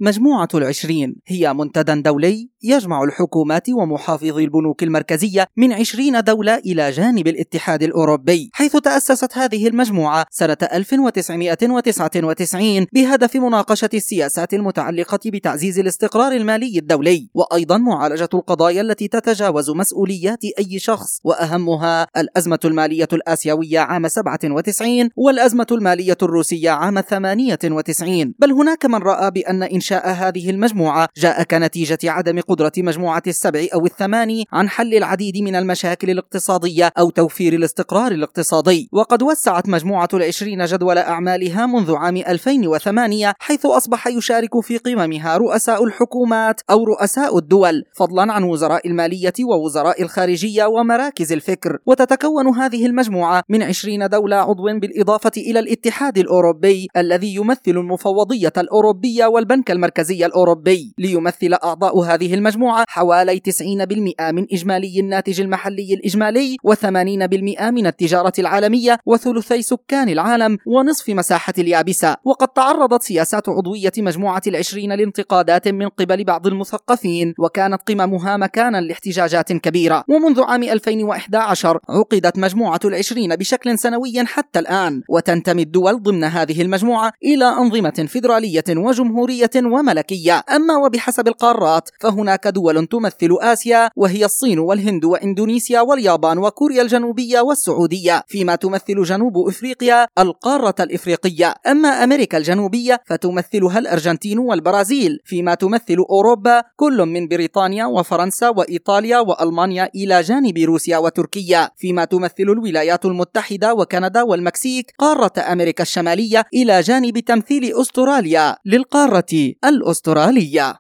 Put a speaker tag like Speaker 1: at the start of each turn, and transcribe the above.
Speaker 1: مجموعة العشرين هي منتدى دولي يجمع الحكومات ومحافظي البنوك المركزية من 20 دولة إلى جانب الاتحاد الأوروبي، حيث تأسست هذه المجموعة سنة 1999 بهدف مناقشة السياسات المتعلقة بتعزيز الاستقرار المالي الدولي، وأيضا معالجة القضايا التي تتجاوز مسؤوليات أي شخص، وأهمها الأزمة المالية الآسيوية عام 97 والأزمة المالية الروسية عام 98. بل هناك من رأى بأن إنشاء هذه المجموعة جاء كنتيجة عدم قدرة مجموعة السبع أو الثماني عن حل العديد من المشاكل الاقتصادية أو توفير الاستقرار الاقتصادي. وقد وسعت مجموعة العشرين جدول أعمالها منذ عام 2008، حيث أصبح يشارك في قممها رؤساء الحكومات أو رؤساء الدول، فضلا عن وزراء المالية ووزراء الخارجية ومراكز الفكر. وتتكون هذه المجموعة من 20 دولة عضو بالإضافة إلى الاتحاد الأوروبي الذي يمثل المفوضية الأوروبية والبنك المركزي الأوروبي، ليمثل أعضاء هذه المجموعة حوالي 90% من إجمالي الناتج المحلي الإجمالي، و80% من التجارة العالمية، وثلثي سكان العالم، ونصف مساحة اليابسة. وقد تعرضت سياسات عضوية مجموعة العشرين لانتقادات من قبل بعض المثقفين، وكانت قممها مكانا لاحتجاجات كبيرة. ومنذ عام 2011 عقدت مجموعة العشرين بشكل سنوي حتى الآن، وتنتمي الدول ضمن هذه المجموعة إلى أنظمة فيدرالية وجمهورية وملكية. أما وبحسب القارات فهناك دول تمثل آسيا، وهي الصين والهند وإندونيسيا واليابان وكوريا الجنوبية والسعودية، فيما تمثل جنوب إفريقيا القارة الإفريقية. أما أمريكا الجنوبية فتمثلها الأرجنتين والبرازيل، فيما تمثل أوروبا كل من بريطانيا وفرنسا وإيطاليا وألمانيا إلى جانب روسيا وتركيا، فيما تمثل الولايات المتحدة وكندا والمكسيك قارة أمريكا الشمالية إلى جانب تمثيل أستراليا للقارة الأسترالية.